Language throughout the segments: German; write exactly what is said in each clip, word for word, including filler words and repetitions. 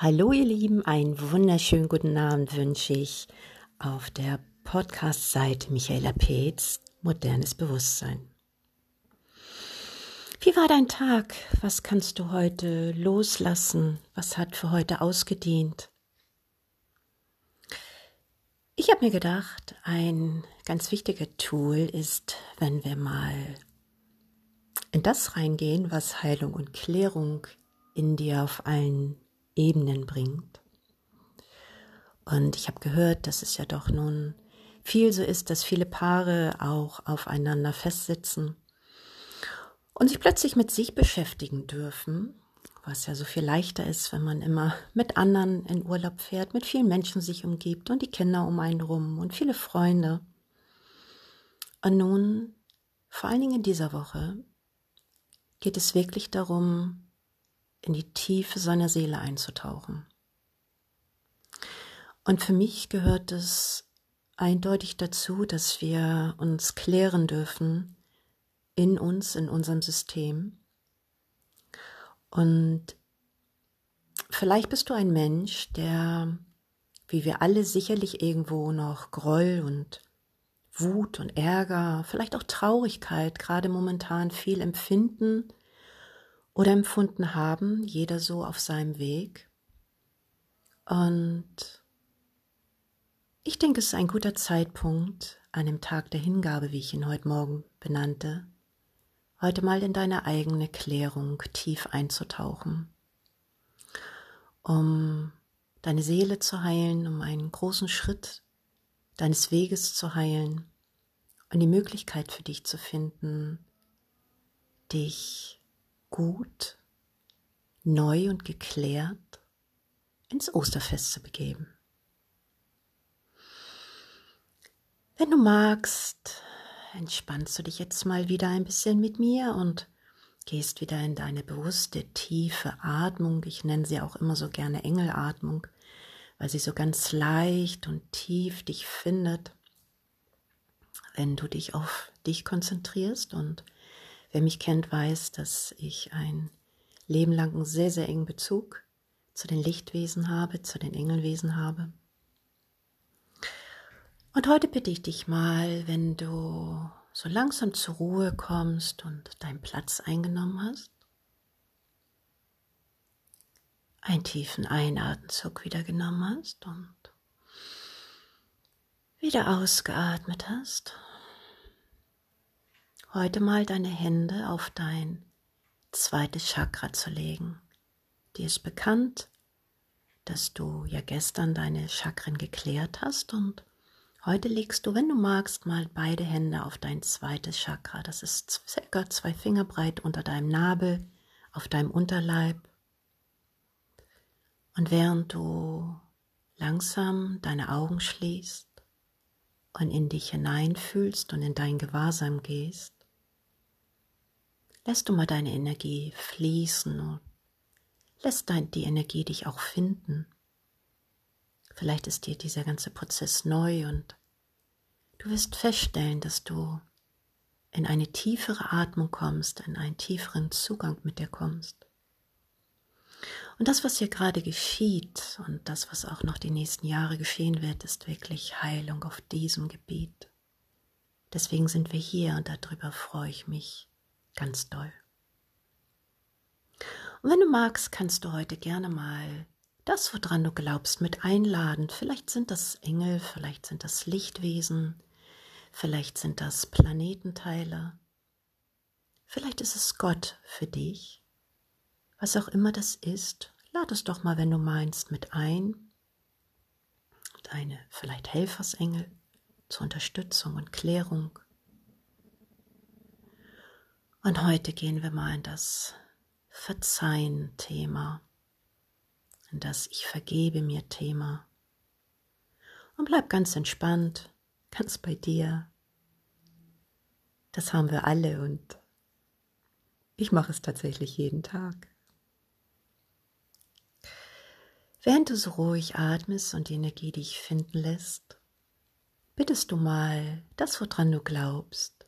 Hallo ihr Lieben, einen wunderschönen guten Abend wünsche ich auf der Podcast-Seite Michaela Peetz, Modernes Bewusstsein. Wie war dein Tag? Was kannst du heute loslassen? Was hat für heute ausgedient? Ich habe mir gedacht, ein ganz wichtiger Tool ist, wenn wir mal in das reingehen, was Heilung und Klärung in dir auf allen Ebenen bringt. Und ich habe gehört, dass es ja doch nun viel so ist, dass viele Paare auch aufeinander festsitzen und sich plötzlich mit sich beschäftigen dürfen, was ja so viel leichter ist, wenn man immer mit anderen in Urlaub fährt, mit vielen Menschen sich umgibt und die Kinder um einen rum und viele Freunde. Und nun, vor allen Dingen in dieser Woche, geht es wirklich darum, in die Tiefe seiner Seele einzutauchen. Und für mich gehört es eindeutig dazu, dass wir uns klären dürfen in uns, in unserem System. Und vielleicht bist du ein Mensch, der, wie wir alle, sicherlich irgendwo noch Groll und Wut und Ärger, vielleicht auch Traurigkeit gerade momentan viel empfinden oder empfunden haben, jeder so auf seinem Weg. Und ich denke, es ist ein guter Zeitpunkt, an dem Tag der Hingabe, wie ich ihn heute Morgen benannte, heute mal in deine eigene Klärung tief einzutauchen, um deine Seele zu heilen, um einen großen Schritt deines Weges zu heilen und die Möglichkeit für dich zu finden, dich gut, neu und geklärt ins Osterfest zu begeben. Wenn du magst, entspannst du dich jetzt mal wieder ein bisschen mit mir und gehst wieder in deine bewusste, tiefe Atmung. Ich nenne sie auch immer so gerne Engelatmung, weil sie so ganz leicht und tief dich findet, wenn du dich auf dich konzentrierst. Und wer mich kennt, weiß, dass ich ein Leben lang einen sehr, sehr engen Bezug zu den Lichtwesen habe, zu den Engelwesen habe. Und heute bitte ich dich mal, wenn du so langsam zur Ruhe kommst und deinen Platz eingenommen hast, einen tiefen Einatemzug wieder genommen hast und wieder ausgeatmet hast, heute mal deine Hände auf dein zweites Chakra zu legen. Dir ist bekannt, dass du ja gestern deine Chakren geklärt hast und heute legst du, wenn du magst, mal beide Hände auf dein zweites Chakra. Das ist circa zwei Finger breit unter deinem Nabel, auf deinem Unterleib. Und während du langsam deine Augen schließt und in dich hineinfühlst und in dein Gewahrsam gehst, lässt du mal deine Energie fließen und lässt dein, die Energie dich auch finden. Vielleicht ist dir dieser ganze Prozess neu und du wirst feststellen, dass du in eine tiefere Atmung kommst, in einen tieferen Zugang mit dir kommst. Und das, was hier gerade geschieht und das, was auch noch die nächsten Jahre geschehen wird, ist wirklich Heilung auf diesem Gebiet. Deswegen sind wir hier und darüber freue ich mich ganz doll. Und wenn du magst, kannst du heute gerne mal das, woran du glaubst, mit einladen. Vielleicht sind das Engel, vielleicht sind das Lichtwesen, vielleicht sind das Planetenteile, vielleicht ist es Gott für dich. Was auch immer das ist, lad es doch mal, wenn du meinst, mit ein. Deine vielleicht Helfersengel zur Unterstützung und Klärung. Und heute gehen wir mal in das Verzeihen-Thema, in das Ich vergebe mir Thema. Und bleib ganz entspannt, ganz bei dir. Das haben wir alle und ich mache es tatsächlich jeden Tag. Während du so ruhig atmest und die Energie dich finden lässt, bittest du mal das, woran du glaubst,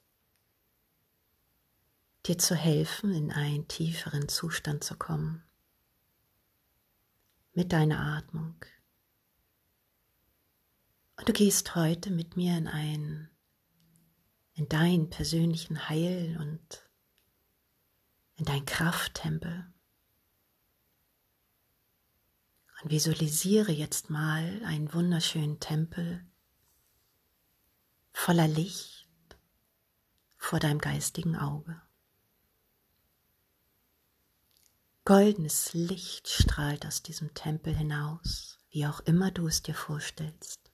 dir zu helfen, in einen tieferen Zustand zu kommen. mit deiner Atmung. Und du gehst heute mit mir in ein, in deinen persönlichen Heil- und in deinen Krafttempel. Und visualisiere jetzt mal einen wunderschönen Tempel voller Licht vor deinem geistigen Auge. Goldenes Licht strahlt aus diesem Tempel hinaus, wie auch immer du es dir vorstellst.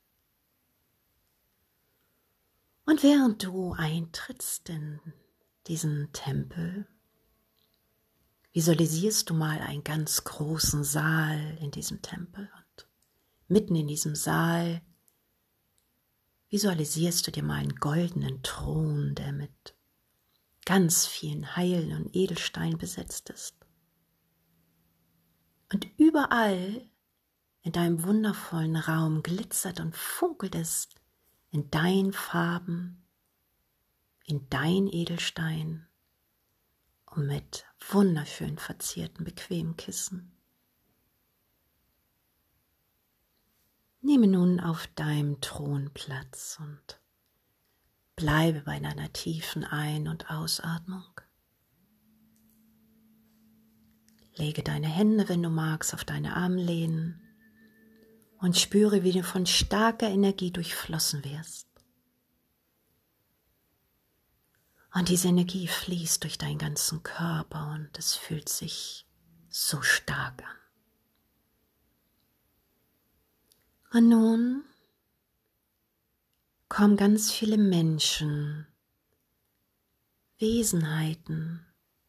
Und während du eintrittst in diesen Tempel, visualisierst du mal einen ganz großen Saal in diesem Tempel. Und mitten in diesem Saal visualisierst du dir mal einen goldenen Thron, der mit ganz vielen Heilen und Edelsteinen besetzt ist. Und überall in deinem wundervollen Raum glitzert und funkelt es in deinen Farben, in dein Edelstein und mit wunderschön verzierten, bequemen Kissen. Nehme nun auf deinem Thron Platz und bleibe bei deiner tiefen Ein- und Ausatmung. Lege deine Hände, wenn du magst, auf deine Armlehnen und spüre, wie du von starker Energie durchflossen wirst. Und diese Energie fließt durch deinen ganzen Körper und es fühlt sich so stark an. Und nun kommen ganz viele Menschen, Wesenheiten,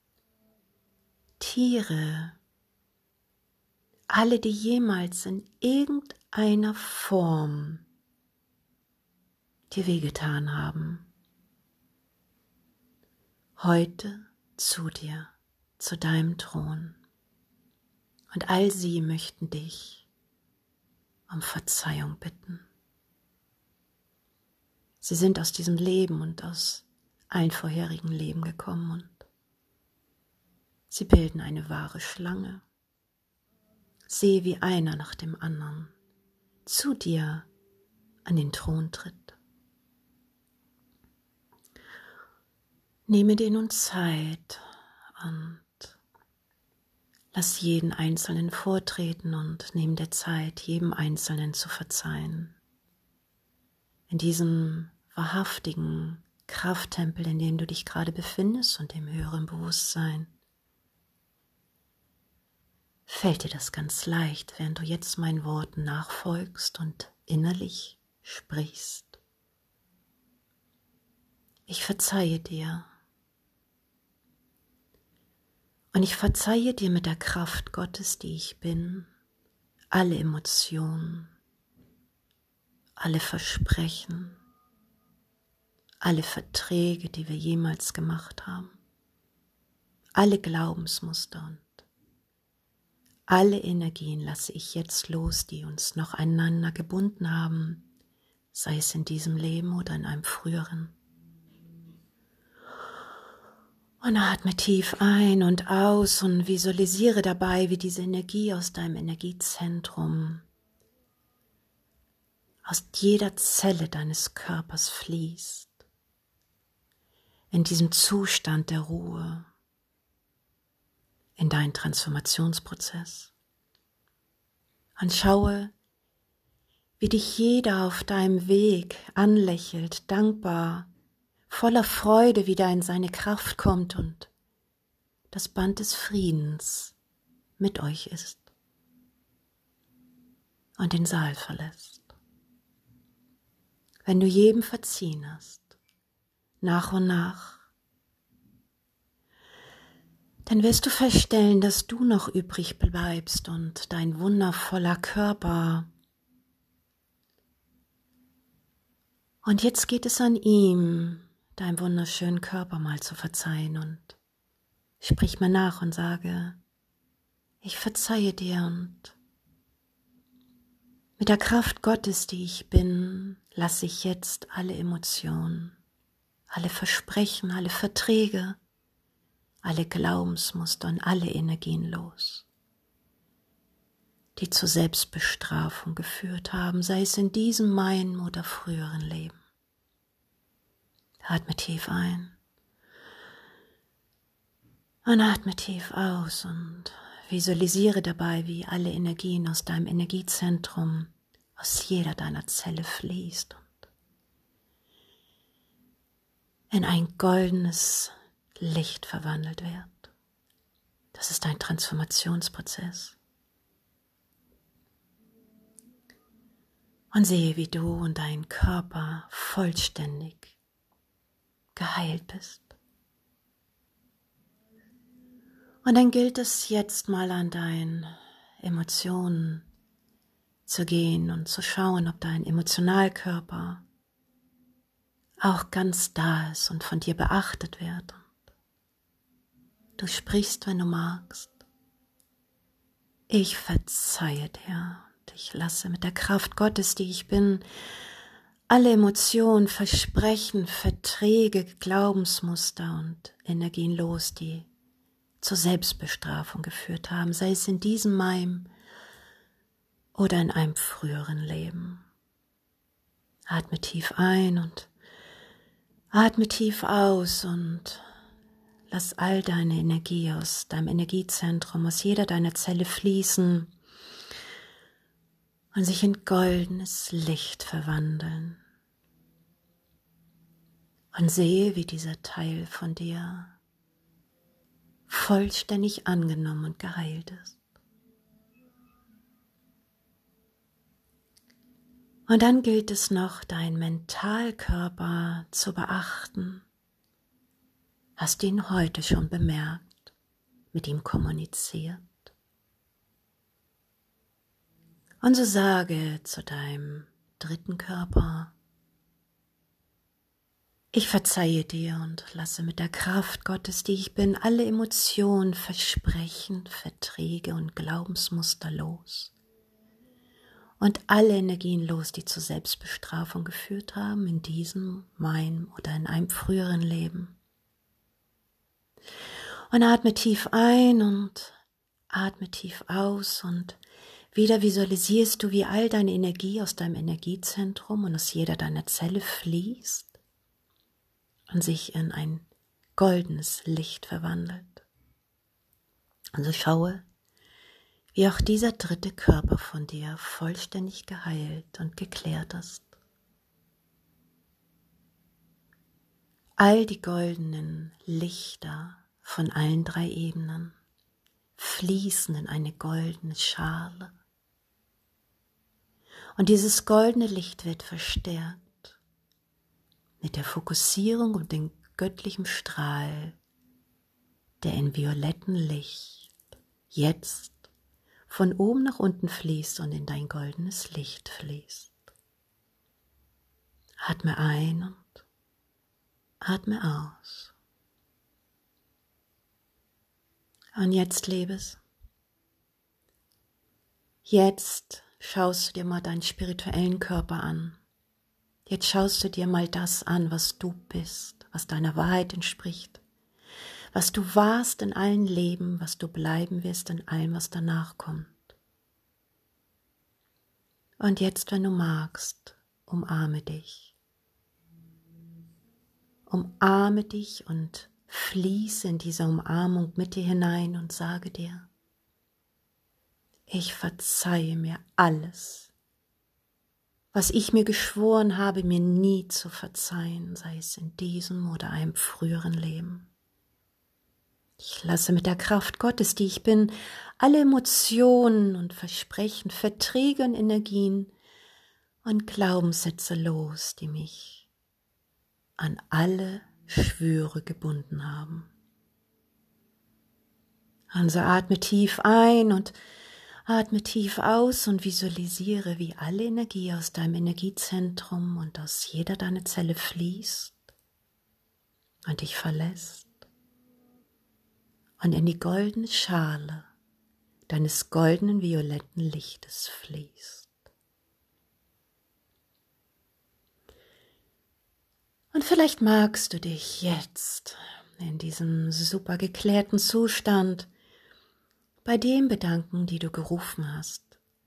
Tiere, alle, die jemals in irgendeiner Form dir wehgetan haben, heute zu dir, zu deinem Thron. Und all sie möchten dich um Verzeihung bitten. Sie sind aus diesem Leben und aus allen vorherigen Leben gekommen und sie bilden eine wahre Schlange. Sehe, wie einer nach dem anderen zu dir an den Thron tritt. Nehme dir nun Zeit und lass jeden Einzelnen vortreten und nimm dir Zeit, jedem Einzelnen zu verzeihen. In diesem wahrhaftigen Krafttempel, in dem du dich gerade befindest und im höheren Bewusstsein, fällt dir das ganz leicht, während du jetzt meinen Worten nachfolgst und innerlich sprichst. Ich verzeihe dir. Und ich verzeihe dir mit der Kraft Gottes, die ich bin, alle Emotionen, alle Versprechen, alle Verträge, die wir jemals gemacht haben, alle Glaubensmuster und alle Energien lasse ich jetzt los, die uns noch aneinander gebunden haben, sei es in diesem Leben oder in einem früheren. Und atme tief ein und aus und visualisiere dabei, wie diese Energie aus deinem Energiezentrum, aus jeder Zelle deines Körpers fließt, in diesem Zustand der Ruhe, in deinen Transformationsprozess. Und schaue, wie dich jeder auf deinem Weg anlächelt, dankbar, voller Freude wieder in seine Kraft kommt und das Band des Friedens mit euch ist und den Saal verlässt. Wenn du jedem verziehen hast, nach und nach, dann wirst du feststellen, dass du noch übrig bleibst und dein wundervoller Körper. Und jetzt geht es an ihm, deinem wunderschönen Körper mal zu verzeihen und sprich mir nach und sage, ich verzeihe dir und mit der Kraft Gottes, die ich bin, lasse ich jetzt alle Emotionen, alle Versprechen, alle Verträge, alle Glaubensmuster und alle Energien los, die zur Selbstbestrafung geführt haben, sei es in diesem, meinem oder früheren Leben. Atme tief ein und atme tief aus und visualisiere dabei, wie alle Energien aus deinem Energiezentrum, aus jeder deiner Zelle fließt und in ein goldenes Licht verwandelt wird. Das ist ein Transformationsprozess. Und sehe, wie du und dein Körper vollständig geheilt bist. Und dann gilt es jetzt mal an deinen Emotionen zu gehen und zu schauen, ob dein Emotionalkörper auch ganz da ist und von dir beachtet wird. Du sprichst, wenn du magst. Ich verzeihe dir. Ich lasse mit der Kraft Gottes, die ich bin, alle Emotionen, Versprechen, Verträge, Glaubensmuster und Energien los, die zur Selbstbestrafung geführt haben, sei es in diesem, meinem oder in einem früheren Leben. Atme tief ein und atme tief aus und lass all deine Energie aus deinem Energiezentrum, aus jeder deiner Zelle fließen und sich in goldenes Licht verwandeln. Und sehe, wie dieser Teil von dir vollständig angenommen und geheilt ist. Und dann gilt es noch, deinen Mentalkörper zu beachten. Hast du ihn heute schon bemerkt, mit ihm kommuniziert? Und so sage zu deinem dritten Körper: Ich verzeihe dir und lasse mit der Kraft Gottes, die ich bin, alle Emotionen, Versprechen, Verträge und Glaubensmuster los. Und alle Energien los, die zur Selbstbestrafung geführt haben, in diesem, meinem oder in einem früheren Leben. Und atme tief ein und atme tief aus und wieder visualisierst du, wie all deine Energie aus deinem Energiezentrum und aus jeder deiner Zelle fließt und sich in ein goldenes Licht verwandelt. Und so schaue, wie auch dieser dritte Körper von dir vollständig geheilt und geklärt ist. All die goldenen Lichter von allen drei Ebenen fließen in eine goldene Schale. Und dieses goldene Licht wird verstärkt mit der Fokussierung und dem göttlichen Strahl, der in violettem Licht jetzt von oben nach unten fließt und in dein goldenes Licht fließt. Atme ein und atme aus. Und jetzt, Liebes, jetzt schaust du dir mal deinen spirituellen Körper an. Jetzt schaust du dir mal das an, was du bist, was deiner Wahrheit entspricht, was du warst in allen Leben, was du bleiben wirst in allem, was danach kommt. Und jetzt, wenn du magst, umarme dich. Umarme dich und fließe in dieser Umarmung mit dir hinein und sage dir: Ich verzeihe mir alles, was ich mir geschworen habe, mir nie zu verzeihen, sei es in diesem oder einem früheren Leben. Ich lasse mit der Kraft Gottes, die ich bin, alle Emotionen und Versprechen, Verträge und Energien und Glaubenssätze los, die mich an alle Schwüre gebunden haben. Also atme tief ein und atme tief aus und visualisiere, wie alle Energie aus deinem Energiezentrum und aus jeder deiner Zelle fließt und dich verlässt und in die goldene Schale deines goldenen violetten Lichtes fließt. Und vielleicht magst du dich jetzt in diesem super geklärten Zustand bei dem bedanken, die du gerufen hast,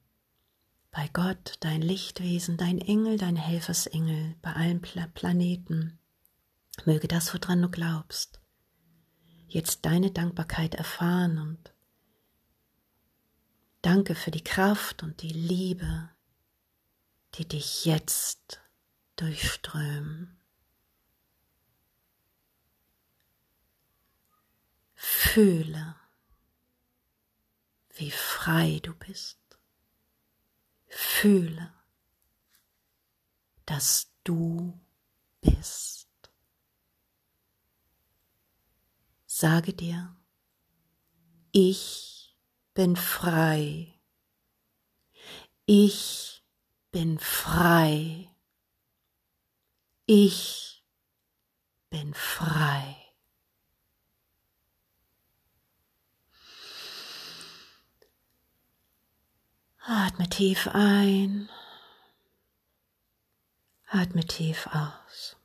bei Gott, dein Lichtwesen, dein Engel, dein Helfersengel, bei allen Pla- Planeten. Möge das, woran du glaubst, jetzt deine Dankbarkeit erfahren und danke für die Kraft und die Liebe, die dich jetzt durchströmen. Fühle, wie frei du bist. Fühle, dass du bist. Sage dir, ich bin frei. Ich bin frei. Ich bin frei. Atme tief ein. Atme tief aus.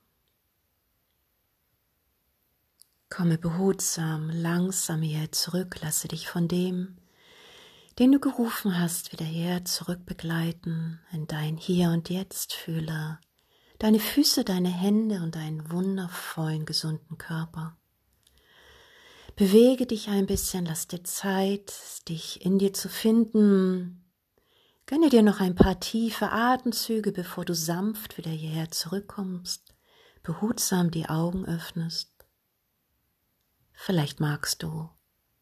Komme behutsam, langsam hierher zurück. Lasse dich von dem, den du gerufen hast, wieder her zurück begleiten in dein Hier und Jetzt. Fühle deine Füße, deine Hände und deinen wundervollen, gesunden Körper. Bewege dich ein bisschen, lass dir Zeit, dich in dir zu finden. Gönne dir noch ein paar tiefe Atemzüge, bevor du sanft wieder hierher zurückkommst, behutsam die Augen öffnest. Vielleicht magst du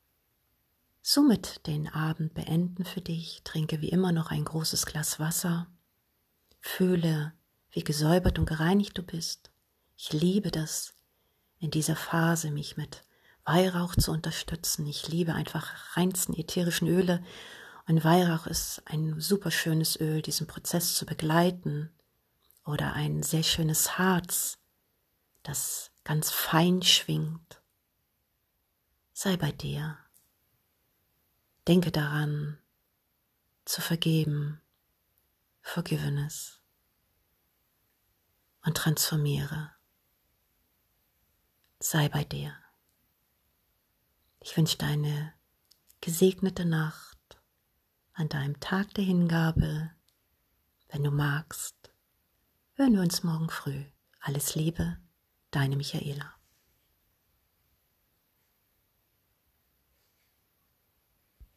somit den Abend beenden für dich. Trinke wie immer noch ein großes Glas Wasser. Fühle, wie gesäubert und gereinigt du bist. Ich liebe das, in dieser Phase mich mit Weihrauch zu unterstützen. Ich liebe einfach reinsten ätherischen Öle. Und Weihrauch ist ein super schönes Öl, diesen Prozess zu begleiten. Oder ein sehr schönes Harz, das ganz fein schwingt. Sei bei dir. Denke daran, zu vergeben, Forgiveness und transformiere. Sei bei dir. Ich wünsche dir eine gesegnete Nacht an deinem Tag der Hingabe. Wenn du magst, hören wir uns morgen früh. Alles Liebe, deine Michaela.